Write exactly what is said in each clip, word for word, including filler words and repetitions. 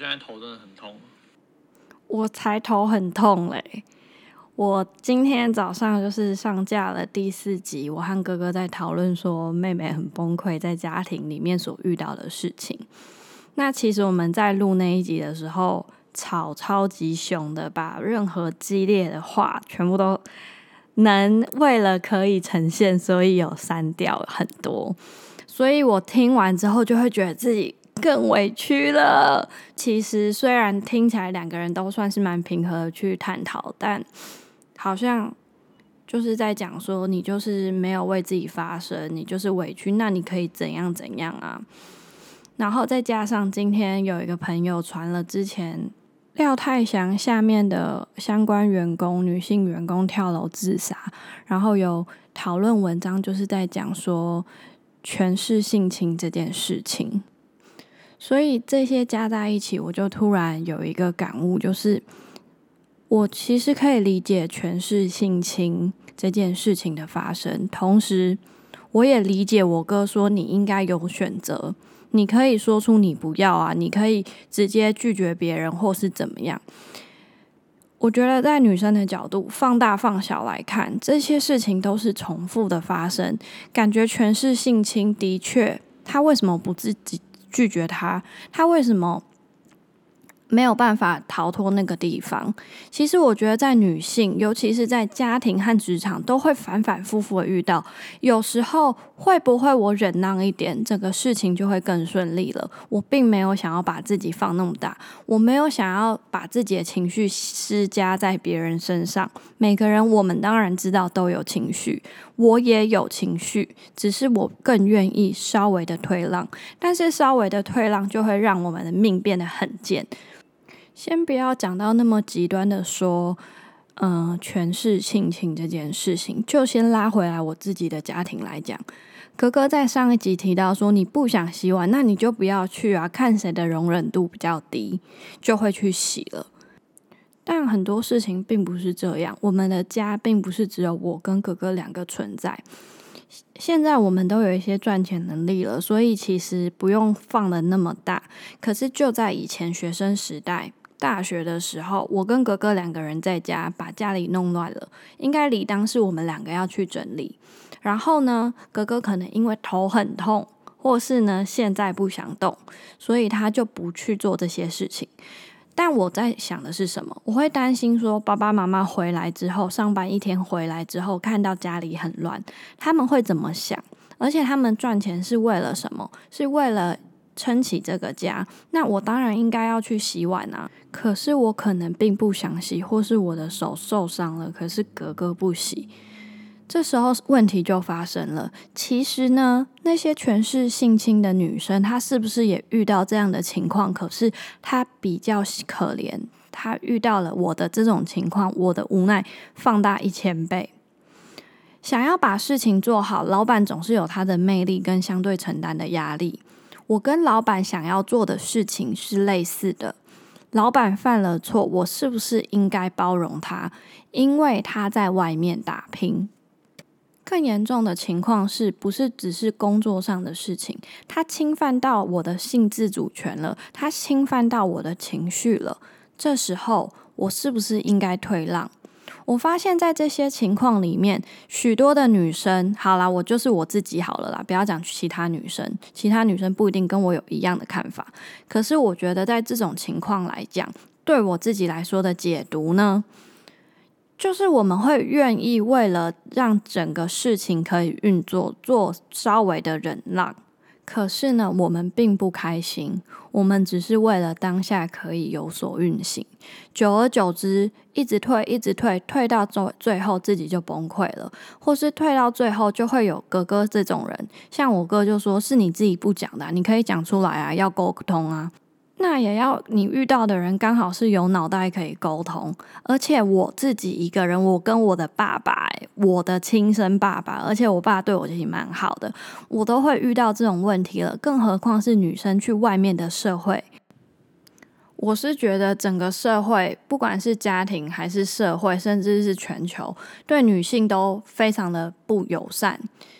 现在头真的很痛。 我才头很痛嘞！我今天早上就是上架了第四集，我和哥哥在讨论说妹妹很崩溃在家庭里面所遇到的事情。那其实我们在录那一集的时候吵超级凶的，把任何激烈的话全部都能为了可以呈现，所以有删掉很多。所以我听完之后就会觉得自己更委屈了。其实虽然听起来两个人都算是蛮平和的去探讨，但好像就是在讲说你就是没有为自己发声，你就是委屈，那你可以怎样怎样啊。然后再加上今天有一个朋友传了之前廖泰祥下面的相关员工女性员工跳楼自杀，然后有讨论文章就是在讲说权势性侵这件事情。所以这些加在一起，我就突然有一个感悟，就是我其实可以理解权势性侵这件事情的发生，同时我也理解我哥说你应该有选择，你可以说出你不要啊，你可以直接拒绝别人或是怎么样。我觉得在女生的角度放大放小来看，这些事情都是重复的发生，感觉权势性侵的确他为什么不自己拒绝他，他为什么没有办法逃脱那个地方。其实我觉得在女性，尤其是在家庭和职场，都会反反复复的遇到。有时候会不会我忍让一点，整个事情就会更顺利了。我并没有想要把自己放那么大，我没有想要把自己的情绪施加在别人身上。每个人我们当然知道都有情绪，我也有情绪，只是我更愿意稍微的退让。但是稍微的退让就会让我们的命变得很贱。先不要讲到那么极端的说嗯，权势性侵这件事情，就先拉回来我自己的家庭来讲。哥哥在上一集提到说你不想洗碗，那你就不要去啊，看谁的容忍度比较低就会去洗了。但很多事情并不是这样，我们的家并不是只有我跟哥哥两个存在。现在我们都有一些赚钱能力了，所以其实不用放得那么大。可是就在以前学生时代，大学的时候，我跟哥哥两个人在家把家里弄乱了，应该理当是我们两个要去整理。然后呢，哥哥可能因为头很痛，或是呢现在不想动，所以他就不去做这些事情。但我在想的是什么？我会担心说爸爸妈妈回来之后，上班一天回来之后，看到家里很乱，他们会怎么想？而且他们赚钱是为了什么？是为了撑起这个家。那我当然应该要去洗碗啊，可是我可能并不想洗，或是我的手受伤了，可是哥哥不洗。这时候问题就发生了。其实呢，那些权势性侵的女生，她是不是也遇到这样的情况？可是她比较可怜，她遇到了我的这种情况，我的无奈放大一千倍。想要把事情做好，老板总是有他的魅力跟相对承担的压力。我跟老板想要做的事情是类似的。老板犯了错，我是不是应该包容他？因为他在外面打拼。更严重的情况是不是只是工作上的事情，他侵犯到我的性自主权了，他侵犯到我的情绪了，这时候我是不是应该退让？我发现在这些情况里面，许多的女生，好啦，我就是我自己好了啦，不要讲其他女生，其他女生不一定跟我有一样的看法，可是我觉得在这种情况来讲，对我自己来说的解读呢，就是我们会愿意为了让整个事情可以运作，做稍微的忍让。可是呢，我们并不开心，我们只是为了当下可以有所运行。久而久之，一直退，一直退，退到最后自己就崩溃了，或是退到最后就会有哥哥这种人，像我哥就说是你自己不讲的啊，你可以讲出来啊，要沟通啊。那也要你遇到的人刚好是有脑袋可以沟通，而且我自己一个人，我跟我的爸爸、欸，我的亲生爸爸，而且我爸对我其实蛮好的，我都会遇到这种问题了，更何况是女生去外面的社会。我是觉得整个社会，不管是家庭还是社会，甚至是全球，对女性都非常的不友善。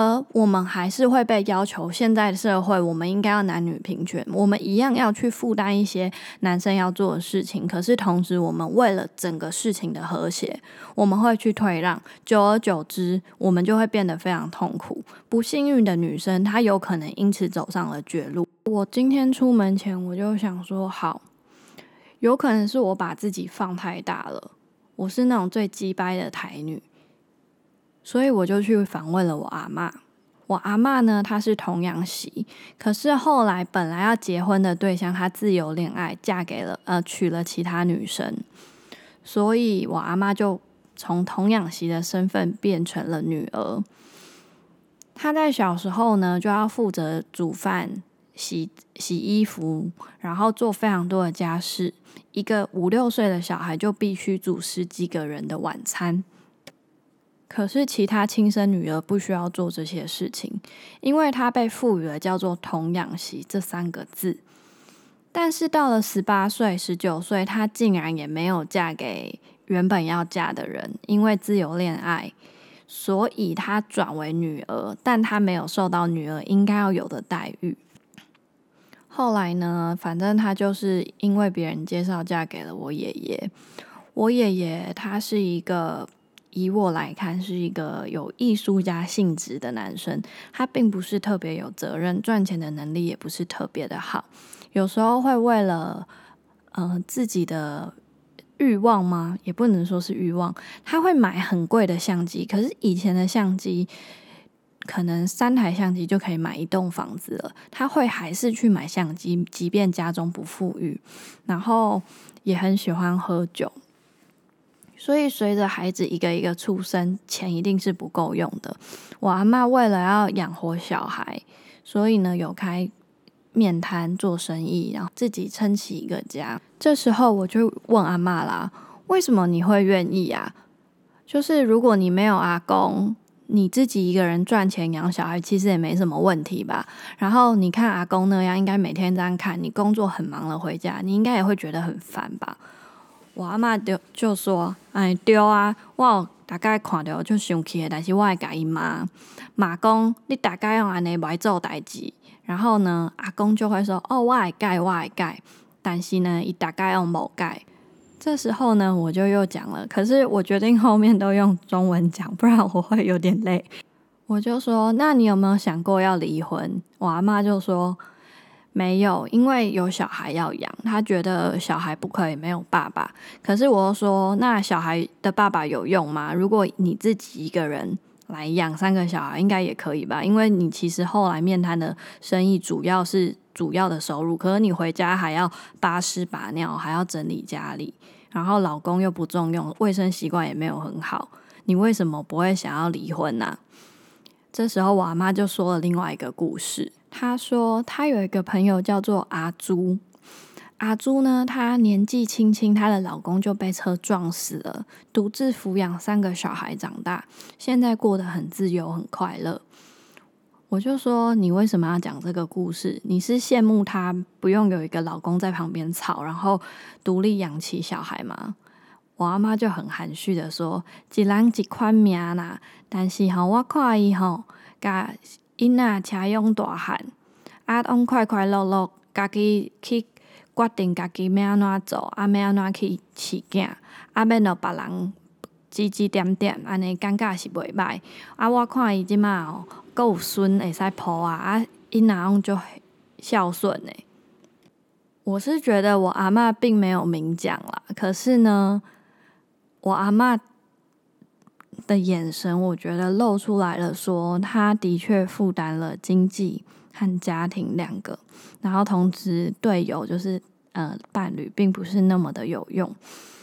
而我们还是会被要求，现在的社会我们应该要男女平权，我们一样要去负担一些男生要做的事情，可是同时我们为了整个事情的和谐，我们会去退让，久而久之我们就会变得非常痛苦。不幸运的女生她有可能因此走上了绝路。我今天出门前我就想说，好，有可能是我把自己放太大了，我是那种最鸡掰的台女，所以我就去访问了我阿嬷。我阿嬷呢，她是童养媳，可是后来本来要结婚的对象，她自由恋爱，嫁给了呃娶了其他女生，所以我阿嬷就从童养媳的身份变成了女儿。她在小时候呢，就要负责煮饭、洗洗衣服，然后做非常多的家事。一个五六岁的小孩就必须煮十几个人的晚餐。可是其他亲生女儿不需要做这些事情，因为她被赋予了叫做童养媳这三个字。但是到了十八岁、十九岁，她竟然也没有嫁给原本要嫁的人，因为自由恋爱，所以她转为女儿，但她没有受到女儿应该要有的待遇。后来呢，反正她就是因为别人介绍嫁给了我爷爷。我爷爷他是一个，以我来看是一个有艺术家性质的男生，他并不是特别有责任，赚钱的能力也不是特别的好，有时候会为了呃自己的欲望吗？也不能说是欲望，他会买很贵的相机，可是以前的相机可能三台相机就可以买一栋房子了，他会还是去买相机，即便家中不富裕，然后也很喜欢喝酒。所以随着孩子一个一个出生，钱一定是不够用的。我阿嬷为了要养活小孩，所以呢有开面摊做生意，然后自己撑起一个家。这时候我就问阿嬷啦，为什么你会愿意啊？就是如果你没有阿公，你自己一个人赚钱养小孩，其实也没什么问题吧。然后你看阿公那样，应该每天这样看，你工作很忙了回家，你应该也会觉得很烦吧。我阿嬷就就说：“哎，对啊，我有大概看到就生气的，但是我会甲伊骂，骂讲你大概用安尼袂做代志。然后呢，阿公就会说：哦，我会改，我会改。但是呢，伊大概用无改。这时候呢，我就又讲了，可是我决定后面都用中文讲，不然我会有点累。我就说：那你有没有想过要离婚？我阿嬷就说。”没有，因为有小孩要养，他觉得小孩不可以没有爸爸。可是我说，那小孩的爸爸有用吗？如果你自己一个人来养三个小孩，应该也可以吧？因为你其实后来面摊的生意主要是主要的收入，可是你回家还要把屎把尿，还要整理家里，然后老公又不重用，卫生习惯也没有很好，你为什么不会想要离婚啊？这时候我阿嬷就说了另外一个故事。她说她有一个朋友叫做阿朱，阿朱呢，她年纪轻轻，她的老公就被车撞死了，独自抚养三个小孩长大，现在过得很自由很快乐。我就说你为什么要讲这个故事？你是羡慕她不用有一个老公在旁边吵，然后独立养起小孩吗？我阿嬷就很含蓄的说，一人一款命啦，但是吼，我看伊吼，甲囡仔车养大汉，啊，拢快快乐乐，家己去决定家己要安怎做，啊，要安怎去饲囝，啊，免互别人指指点点，安尼感觉是袂歹。啊，我看伊即马吼，阁有孙会使抱啊，啊，囡仔拢就孝顺诶。我是觉得我阿嬷并没有明讲啦，可是呢，我阿嬷的眼神，我觉得露出来了说，她的确负担了经济和家庭两个，然后同时队友就是呃伴侣，并不是那么的有用。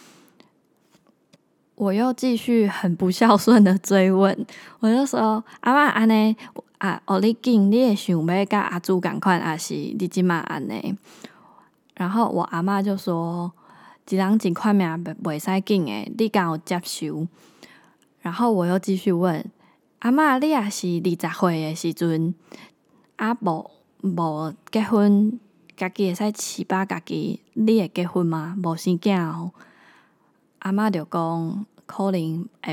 我又继续很不孝顺的追问，我就说阿嬷安尼啊，哦你紧，你会想要甲阿朱同款，还是你即马安尼？然后我阿嬷就说，一人一款命袂使紧诶，你敢有接受？然后我又继续问阿嬷，你也是二十岁的时阵，啊无无结婚，家己会使饲饱家己，你会结婚吗？无生囝哦。阿嬷就讲可能会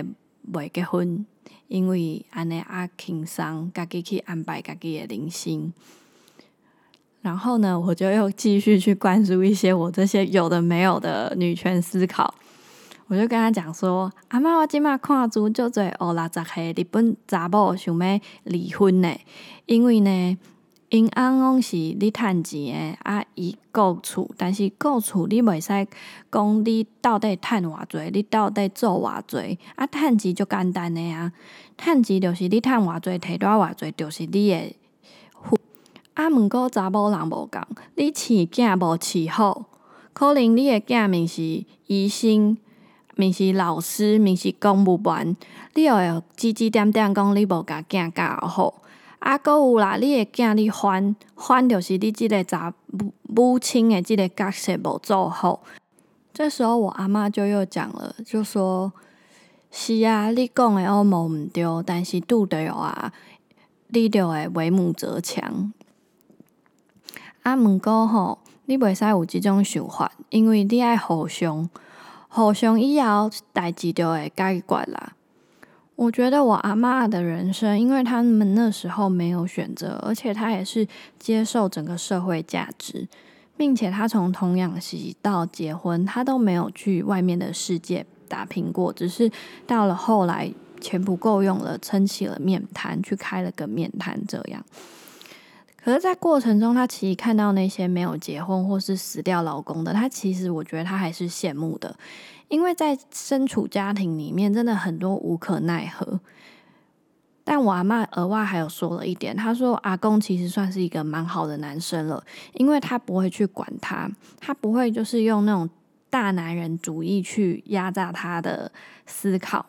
袂结婚，因为安尼啊轻松，家己去安排家己的人生。然后呢，我就又继续去灌输一些我这些有的没有的女权思考。我就跟他讲说，阿嬷，我即马看书足侪五六十岁日本查某想要离婚的，因为呢，因翁讲是你趁钱的，啊，伊顾厝，但是顾厝你袂使讲你到底趁偌济，你到底做偌济，啊，趁钱就简单的啊，趁钱就是你趁偌济，摕多偌济，就是你的。啊，毋过查某人无共，你饲囝无饲好，可能你的囝面是医生，面是老师，面是公务员，你又会指指点点讲你无甲囝教好。啊，搁有啦，你的囝你烦烦，就是你即个查母母亲的即个角色无做好。这时候我阿嬷就又讲了，就说：是啊，你讲的我无毋对，但是拄着啊，你就会为母则强。啊，毋过吼，你袂使有即种想法，因为你爱互相，互相以后代志就会解决啦。我觉得我阿嬷的人生，因为他们那时候没有选择，而且他也是接受整个社会价值，并且他从童养媳到结婚，他都没有去外面的世界打拼过，只是到了后来钱不够用了，撑起了面摊，去开了个面摊这样。可是，在过程中，他其实看到那些没有结婚或是死掉老公的，他其实我觉得他还是羡慕的，因为在身处家庭里面，真的很多无可奈何。但我阿嬷额外还有说了一点，她说阿公其实算是一个蛮好的男生了，因为他不会去管他，他不会就是用那种大男人主义去压榨他的思考。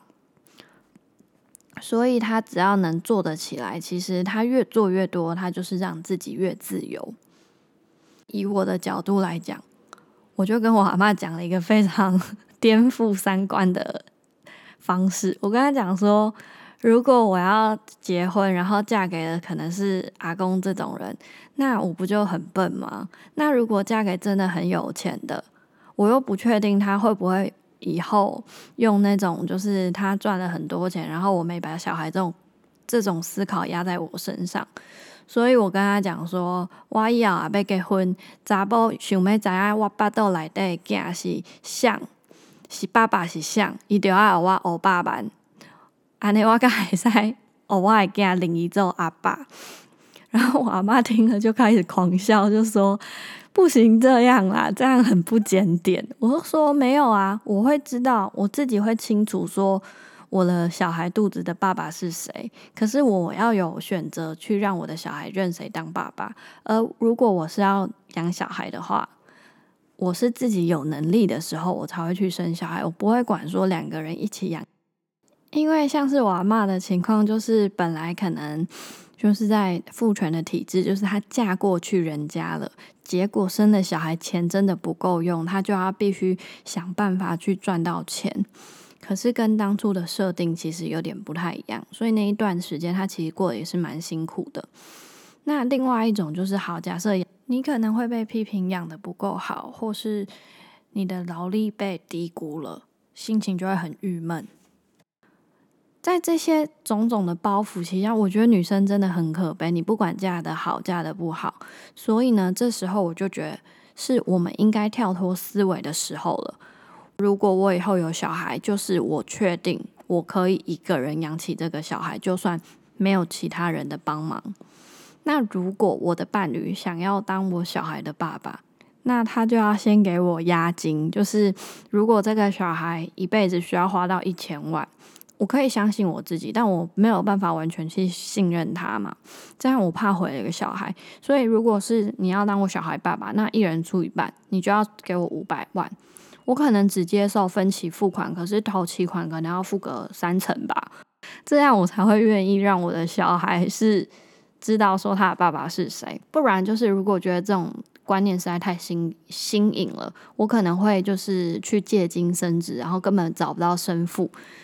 所以他只要能做得起来，其实他越做越多，他就是让自己越自由。以我的角度来讲，我就跟我阿嬷讲了一个非常颠覆三观的方式。我跟他讲说，如果我要结婚，然后嫁给了可能是阿公这种人，那我不就很笨吗？那如果嫁给真的很有钱的，我又不确定他会不会以后用那种就是他赚了很多钱，然后我没把小孩这种这种思考压在我身上。所以我跟他讲说，我以后也要结婚，查某想要知影我腹肚内底的囝是谁，是爸爸是谁，伊就要有我五百万，安尼我才会使予我的囝认伊做阿爸。然后我阿嬷听了就开始狂笑，就说不行这样啦，这样很不检点。我就说没有啊，我会知道，我自己会清楚说我的小孩肚子的爸爸是谁，可是我要有选择去让我的小孩认谁当爸爸。而如果我是要养小孩的话，我是自己有能力的时候我才会去生小孩，我不会管说两个人一起养。因为像是我阿嬷的情况，就是本来可能就是在父权的体制，就是她嫁过去人家了，结果生的小孩钱真的不够用，她就要必须想办法去赚到钱。可是跟当初的设定其实有点不太一样，所以那一段时间她其实过得也是蛮辛苦的。那另外一种就是好，假设你可能会被批评养得不够好，或是你的劳力被低估了，心情就会很郁闷。在这些种种的包袱期间，我觉得女生真的很可悲，你不管嫁得好嫁得不好。所以呢，这时候我就觉得是我们应该跳脱思维的时候了。如果我以后有小孩，就是我确定我可以一个人养起这个小孩，就算没有其他人的帮忙。那如果我的伴侣想要当我小孩的爸爸，那他就要先给我押金，就是如果这个小孩一辈子需要花到一千万，我可以相信我自己，但我没有办法完全去信任他嘛，这样我怕毁了一个小孩。所以如果是你要当我小孩爸爸，那一人出一半，你就要给我五百万，我可能只接受分期付款，可是头期款可能要付个三成吧，这样我才会愿意让我的小孩是知道说他的爸爸是谁。不然就是如果觉得这种观念实在太新新颖了，我可能会就是去借精生子，然后根本找不到生父。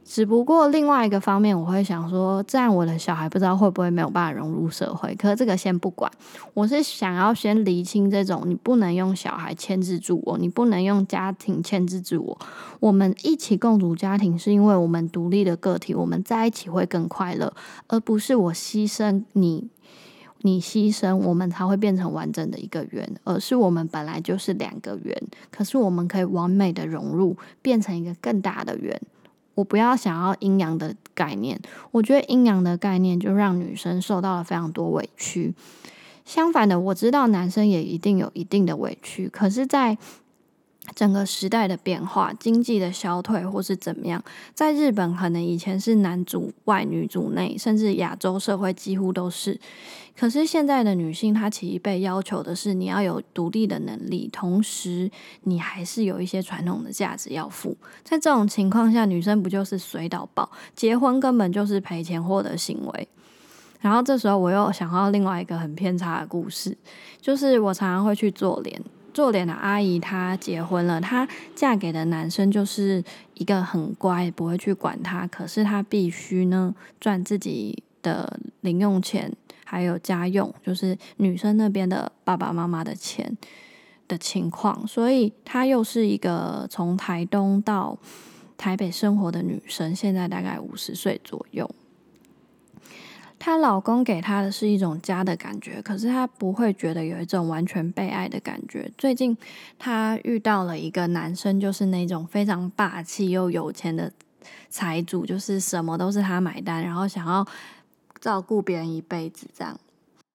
只不过另外一个方面，我会想说，这样我的小孩不知道会不会没有办法融入社会。可是这个先不管，我是想要先厘清这种，你不能用小孩牵制住我，你不能用家庭牵制住我。我们一起共组家庭，是因为我们独立的个体，我们在一起会更快乐，而不是我牺牲你。你牺牲，我们才会变成完整的一个圆，而是我们本来就是两个圆，可是我们可以完美的融入，变成一个更大的圆。我不要想要阴阳的概念，我觉得阴阳的概念就让女生受到了非常多委屈。相反的，我知道男生也一定有一定的委屈，可是在整个时代的变化，经济的消退或是怎么样，在日本可能以前是男主外女主内，甚至亚洲社会几乎都是。可是现在的女性，她其实被要求的是你要有独立的能力，同时你还是有一些传统的价值要负。在这种情况下，女生不就是水到爆？结婚根本就是赔钱货的行为。然后这时候我又想到另外一个很偏差的故事，就是我常常会去做脸。做脸的阿姨她结婚了，她嫁给的男生就是一个很乖，不会去管她，可是她必须呢赚自己的零用钱，还有家用，就是女生那边的爸爸妈妈的钱的情况，所以她又是一个从台东到台北生活的女生，现在大概五十岁左右。她老公给她的是一种家的感觉，可是她不会觉得有一种完全被爱的感觉。最近她遇到了一个男生，就是那种非常霸气又有钱的财主，就是什么都是他买单，然后想要照顾别人一辈子这样。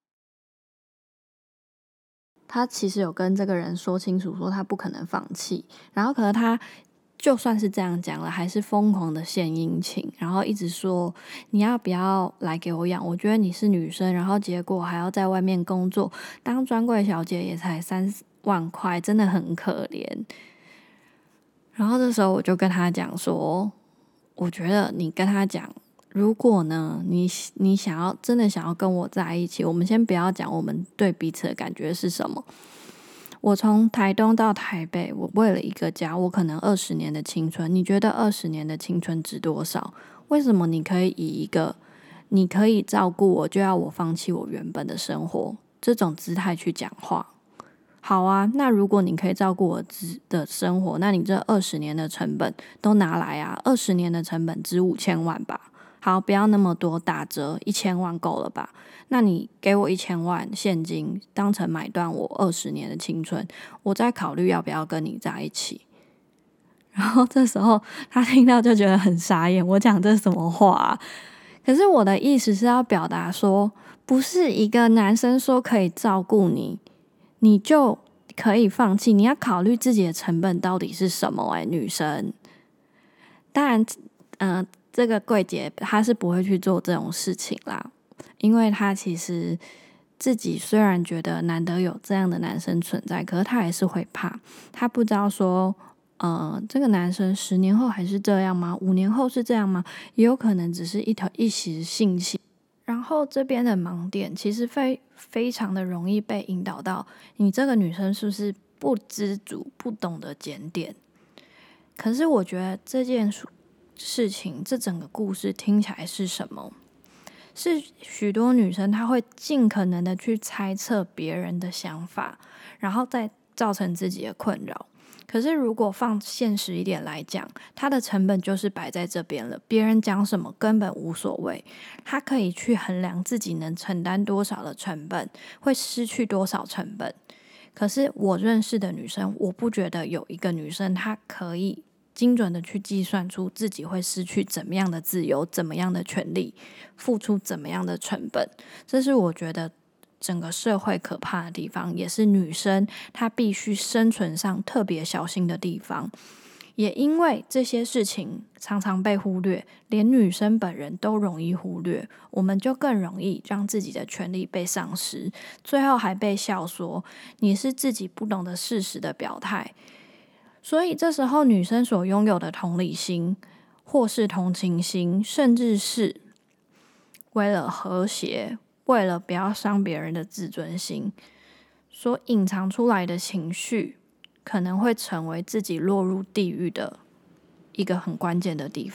她其实有跟这个人说清楚，说她不可能放弃，然后可是她就算是这样讲了，还是疯狂的献殷勤，然后一直说你要不要来给我养？我觉得你是女生，然后结果还要在外面工作，当专柜小姐也才三万块，真的很可怜。然后这时候我就跟他讲说，我觉得你跟他讲，如果呢，你你想要真的想要跟我在一起，我们先不要讲我们对彼此的感觉是什么。我从台东到台北，我为了一个家，我可能二十年的青春。你觉得二十年的青春值多少？为什么你可以以一个你可以照顾我，就要我放弃我原本的生活这种姿态去讲话？好啊，那如果你可以照顾我的生活，那你这二十年的成本都拿来啊！二十年的成本值五千万吧。好，不要那么多，打折一千万够了吧？那你给我一千万现金，当成买断我二十年的青春，我再考虑要不要跟你在一起。然后这时候他听到就觉得很傻眼，我讲这什么话啊？可是我的意思是要表达说，不是一个男生说可以照顾你，你就可以放弃，你要考虑自己的成本到底是什么、欸？女生，当然，嗯、呃。这个柜姐她是不会去做这种事情啦，因为她其实自己虽然觉得难得有这样的男生存在，可是她还是会怕，她不知道说，呃，这个男生十年后还是这样吗？五年后是这样吗？也有可能只是一条一时兴起。然后这边的盲点其实非非常的容易被引导到，你这个女生是不是不知足、不懂得检点？可是我觉得这件事。事情这整个故事听起来是什么？是许多女生她会尽可能的去猜测别人的想法，然后再造成自己的困扰。可是如果放现实一点来讲，她的成本就是摆在这边了，别人讲什么根本无所谓，她可以去衡量自己能承担多少的成本，会失去多少成本。可是我认识的女生，我不觉得有一个女生她可以精准的去计算出自己会失去怎么样的自由，怎么样的权利，付出怎么样的成本。这是我觉得整个社会可怕的地方，也是女生她必须生存上特别小心的地方。也因为这些事情常常被忽略，连女生本人都容易忽略，我们就更容易让自己的权利被丧失，最后还被笑说你是自己不懂得事实的表态。所以这时候女生所拥有的同理心，或是同情心，甚至是为了和谐，为了不要伤别人的自尊心，所隐藏出来的情绪，可能会成为自己落入地狱的一个很关键的地方。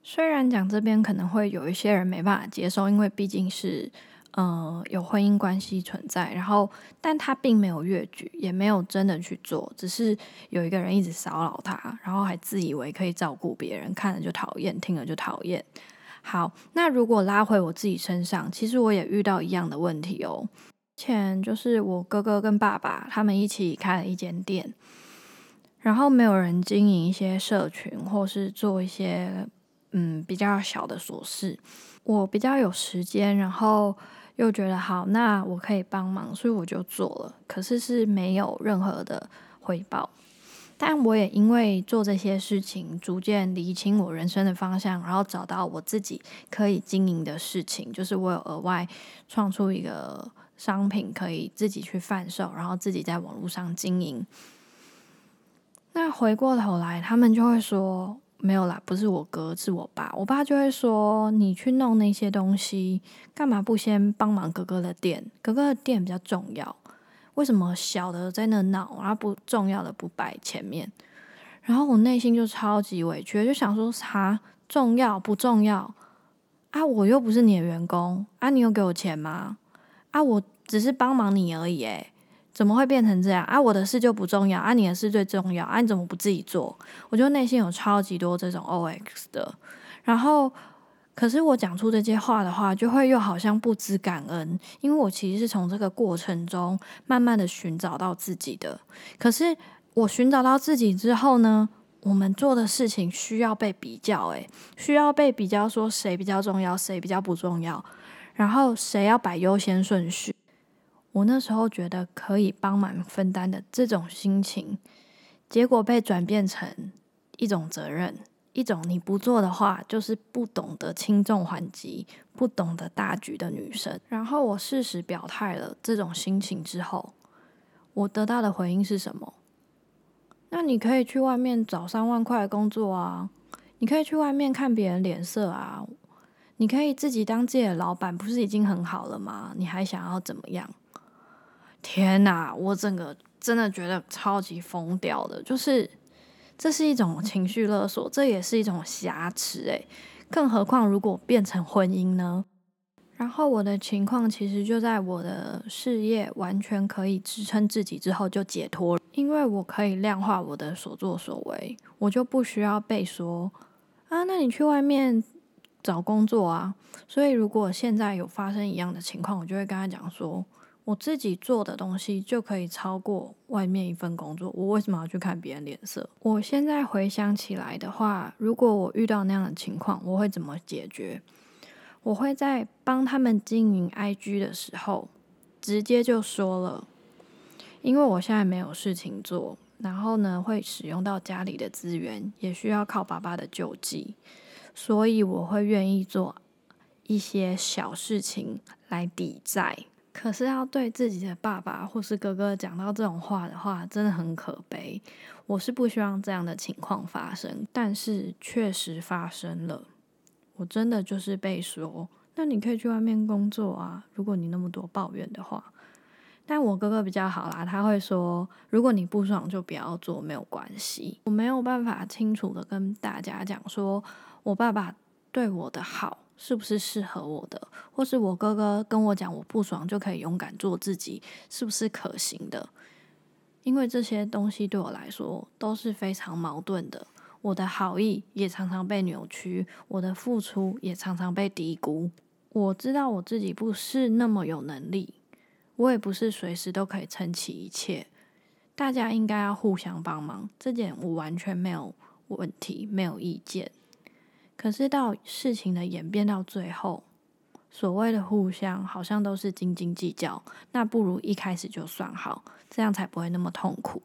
虽然讲这边可能会有一些人没办法接受，因为毕竟是呃有婚姻关系存在，然后但他并没有越矩，也没有真的去做，只是有一个人一直骚扰他，然后还自以为可以照顾别人，看了就讨厌，听了就讨厌。好，那如果拉回我自己身上，其实我也遇到一样的问题哦。之前就是我哥哥跟爸爸他们一起开了一间店，然后没有人经营一些社群，或是做一些嗯比较小的琐事。我比较有时间，然后又觉得好，那我可以帮忙，所以我就做了。可是是没有任何的回报。但我也因为做这些事情，逐渐理清我人生的方向，然后找到我自己可以经营的事情，就是我有额外创出一个商品，可以自己去贩售，然后自己在网络上经营。那回过头来，他们就会说没有啦，不是我哥，是我爸。我爸就会说，你去弄那些东西，干嘛不先帮忙哥哥的店？哥哥的店比较重要。为什么小的在那闹，然后不重要的不摆前面？然后我内心就超级委屈，就想说啥重要不重要啊？我又不是你的员工啊，你有给我钱吗？啊，我只是帮忙你而已，诶，怎么会变成这样啊？我的事就不重要啊，你的事最重要啊？你怎么不自己做？我就内心有超级多这种 O X 的，然后。可是我讲出这些话的话，就会又好像不知感恩，因为我其实是从这个过程中慢慢的寻找到自己的。可是我寻找到自己之后呢，我们做的事情需要被比较，诶，需要被比较说谁比较重要，谁比较不重要，然后谁要摆优先顺序。我那时候觉得可以帮忙分担的这种心情，结果被转变成一种责任。一种你不做的话，就是不懂得轻重缓急，不懂得大局的女生。然后我适时表态了这种心情之后，我得到的回应是什么？那你可以去外面找三万块的工作啊，你可以去外面看别人脸色啊，你可以自己当自己的老板，不是已经很好了吗？你还想要怎么样？天哪，我整个真的觉得超级疯掉的，就是。这是一种情绪勒索，这也是一种挟持诶，更何况如果变成婚姻呢？然后我的情况其实就在我的事业完全可以支撑自己之后就解脱了，因为我可以量化我的所作所为，我就不需要被说啊，那你去外面找工作啊。所以如果现在有发生一样的情况，我就会跟他讲说。我自己做的东西就可以超过外面一份工作，我为什么要去看别人脸色？我现在回想起来的话，如果我遇到那样的情况，我会怎么解决？我会在帮他们经营 I G 的时候，直接就说了，因为我现在没有事情做，然后呢会使用到家里的资源，也需要靠爸爸的救济，所以我会愿意做一些小事情来抵债。可是要对自己的爸爸或是哥哥讲到这种话的话，真的很可悲。我是不希望这样的情况发生，但是确实发生了。我真的就是被说，那你可以去外面工作啊，如果你那么多抱怨的话。但我哥哥比较好啦，他会说，如果你不爽就不要做，没有关系。我没有办法清楚的跟大家讲说，我爸爸对我的好。是不是适合我的，或是我哥哥跟我讲我不爽就可以勇敢做自己，是不是可行的？因为这些东西对我来说都是非常矛盾的，我的好意也常常被扭曲，我的付出也常常被低估。我知道我自己不是那么有能力，我也不是随时都可以撑起一切，大家应该要互相帮忙，这点我完全没有问题，没有意见。可是到事情的演变到最后，所谓的互相好像都是斤斤计较，那不如一开始就算好，这样才不会那么痛苦。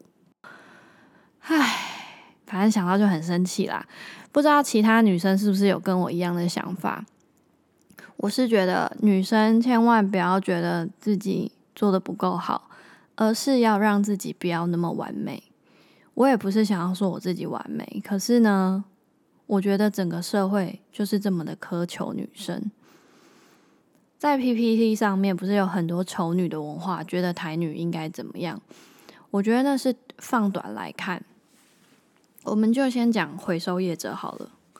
唉，反正想到就很生气啦。不知道其他女生是不是有跟我一样的想法？我是觉得女生千万不要觉得自己做的不够好，而是要让自己不要那么完美。我也不是想要说我自己完美，可是呢我觉得整个社会就是这么的苛求女生。在 P P T 上面不是有很多丑女的文化，觉得台女应该怎么样？我觉得那是放短来看。我们就先讲回收业者好了。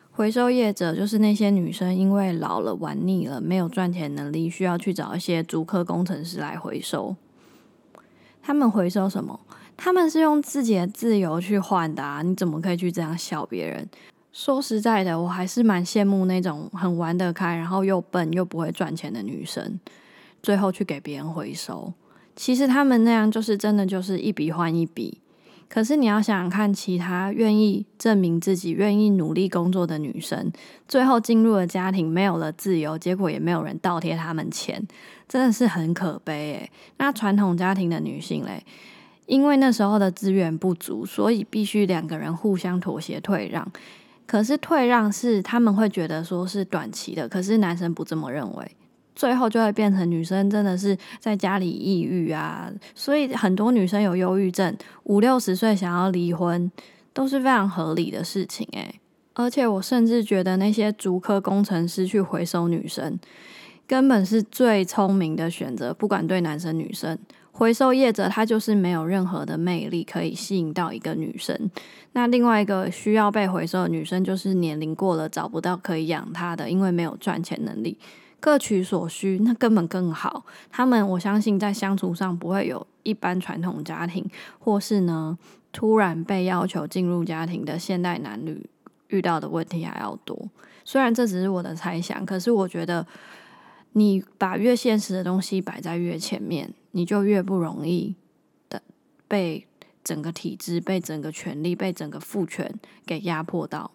回收业者就是那些女生因为老了玩腻了，没有赚钱能力，需要去找一些竹科工程师来回收。他们回收什么？他们是用自己的自由去换的啊！你怎么可以去这样笑别人？说实在的，我还是蛮羡慕那种很玩得开，然后又笨又不会赚钱的女生，最后去给别人回收。其实他们那样就是真的就是一笔换一笔。可是你要想想看，其他愿意证明自己、愿意努力工作的女生，最后进入了家庭，没有了自由，结果也没有人倒贴他们钱，真的是很可悲诶。那传统家庭的女性嘞，因为那时候的资源不足，所以必须两个人互相妥协退让。可是退让是他们会觉得说是短期的，可是男生不这么认为。最后就会变成女生真的是在家里抑郁啊，所以很多女生有忧郁症，五六十岁想要离婚都是非常合理的事情诶。而且我甚至觉得那些竹科工程师去回收女生根本是最聪明的选择，不管对男生女生。回收业者他就是没有任何的魅力可以吸引到一个女生，那另外一个需要被回收的女生就是年龄过了找不到可以养她的，因为没有赚钱能力，各取所需，那根本更好。他们我相信在相处上不会有一般传统家庭或是呢突然被要求进入家庭的现代男女遇到的问题还要多。虽然这只是我的猜想，可是我觉得你把越现实的东西摆在越前面，你就越不容易的被整个体制、被整个权力、被整个父权给压迫到。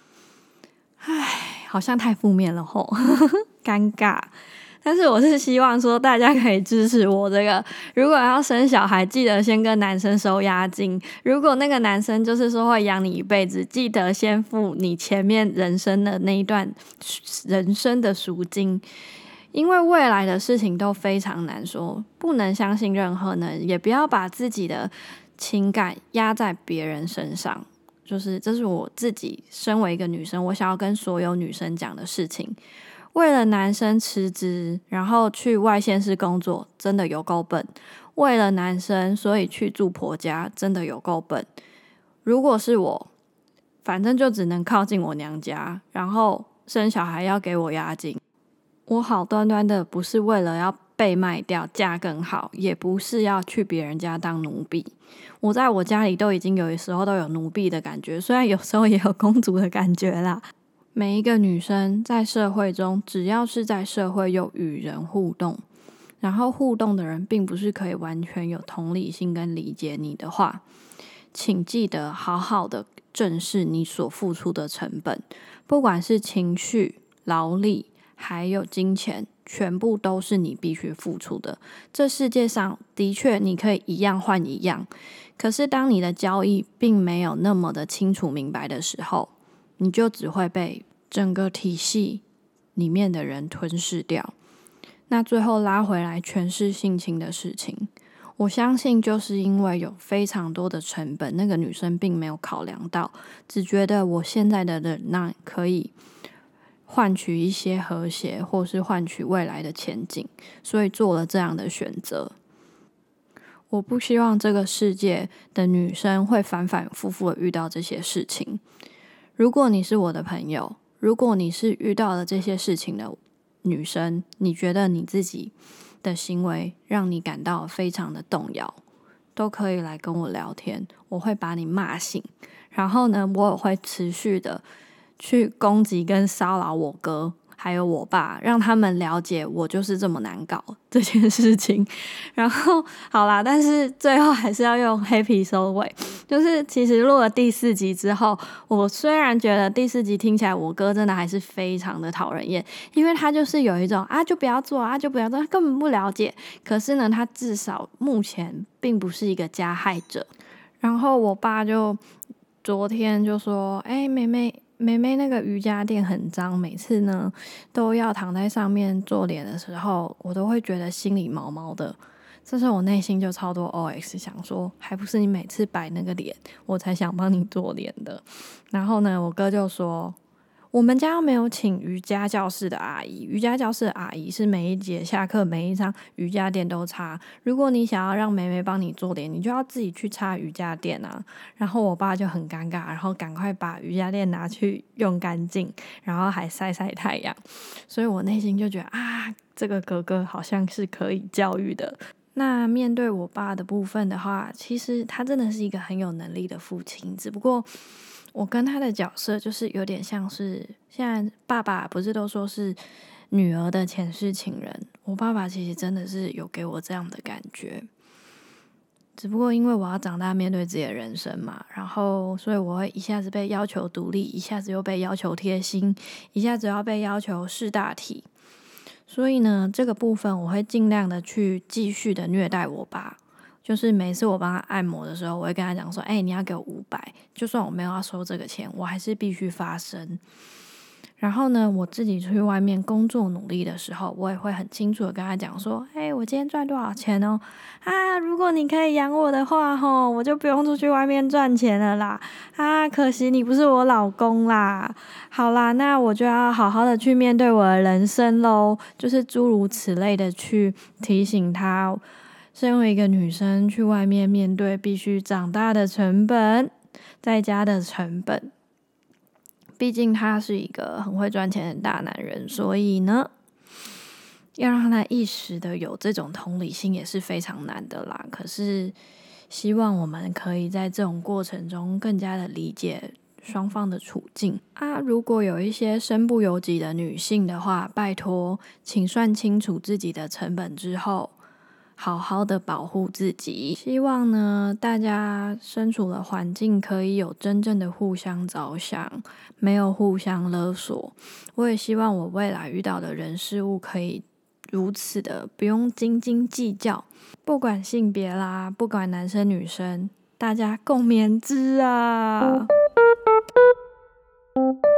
唉，好像太负面了吼，尴尬。但是我是希望说大家可以支持我这个，如果要生小孩，记得先跟男生收押金。如果那个男生就是说会养你一辈子，记得先付你前面人生的那一段人生的赎金。因为未来的事情都非常难说，不能相信任何人，也不要把自己的情感压在别人身上。就是这是我自己身为一个女生，我想要跟所有女生讲的事情。为了男生辞职，然后去外县市工作，真的有够笨。为了男生，所以去住婆家，真的有够笨。如果是我，反正就只能靠近我娘家，然后生小孩要给我押金。我好端端的不是为了要被卖掉嫁更好，也不是要去别人家当奴婢。我在我家里都已经有的时候都有奴婢的感觉，虽然有时候也有公主的感觉啦。每一个女生在社会中，只要是在社会又与人互动，然后互动的人并不是可以完全有同理心跟理解你的话，请记得好好的正视你所付出的成本，不管是情绪、劳力还有金钱，全部都是你必须付出的。这世界上的确你可以一样换一样，可是当你的交易并没有那么的清楚明白的时候，你就只会被整个体系里面的人吞噬掉。那最后拉回来权势性侵的事情，我相信就是因为有非常多的成本，那个女生并没有考量到，只觉得我现在的忍耐可以换取一些和谐，或是换取未来的前景，所以做了这样的选择。我不希望这个世界的女生会反反复复的遇到这些事情。如果你是我的朋友，如果你是遇到了这些事情的女生，你觉得你自己的行为让你感到非常的动摇，都可以来跟我聊天，我会把你骂醒。然后呢，我也会持续的去攻击跟骚扰我哥还有我爸，让他们了解我就是这么难搞这件事情。然后好啦，但是最后还是要用 happy 收尾。就是其实录了第四集之后，我虽然觉得第四集听起来我哥真的还是非常的讨人厌，因为他就是有一种啊就不要做啊就不要做，他根本不了解。可是呢，他至少目前并不是一个加害者。然后我爸就昨天就说，哎、欸，妹妹妹妹那个瑜伽垫很脏，每次呢都要躺在上面做脸的时候，我都会觉得心里毛毛的。这时候我内心就超多 O X 想说，还不是你每次摆那个脸我才想帮你做脸的。然后呢，我哥就说， 我们家没有请瑜伽教室的阿姨，瑜伽教室的阿姨是每一节下课每一场瑜伽垫都擦。如果你想要让妹妹帮你做点，你就要自己去擦瑜伽垫啊。然后我爸就很尴尬，然后赶快把瑜伽垫拿去用干净，然后还晒晒太阳。所以我内心就觉得啊，这个哥哥好像是可以教育的。那面对我爸的部分的话，其实他真的是一个很有能力的父亲，只不过我跟他的角色就是有点像是，现在爸爸不是都说是女儿的前世情人，我爸爸其实真的是有给我这样的感觉。只不过因为我要长大面对自己的人生嘛，然后所以我会一下子被要求独立，一下子又被要求贴心，一下子又要被要求识大体。所以呢，这个部分我会尽量的去继续的虐待我爸。就是每次我帮他按摩的时候，我会跟他讲说：“哎、欸，你要给我五百，就算我没有要收这个钱，我还是必须发声。”然后呢，我自己去外面工作努力的时候，我也会很清楚的跟他讲说：“哎、欸，我今天赚多少钱哦？啊，如果你可以养我的话，吼，我就不用出去外面赚钱了啦。啊，可惜你不是我老公啦。好啦，那我就要好好的去面对我的人生咯，就是诸如此类的去提醒他。”身为一个女生去外面面对必须长大的成本，在家的成本，毕竟他是一个很会赚钱的大男人，所以呢，要让他一时的有这种同理心也是非常难的啦。可是希望我们可以在这种过程中更加的理解双方的处境啊。如果有一些身不由己的女性的话，拜托请算清楚自己的成本之后，好好的保护自己。希望呢，大家身处的环境可以有真正的互相着想，没有互相勒索。我也希望我未来遇到的人事物可以如此的不用斤斤计较，不管性别啦，不管男生女生，大家共勉之啊。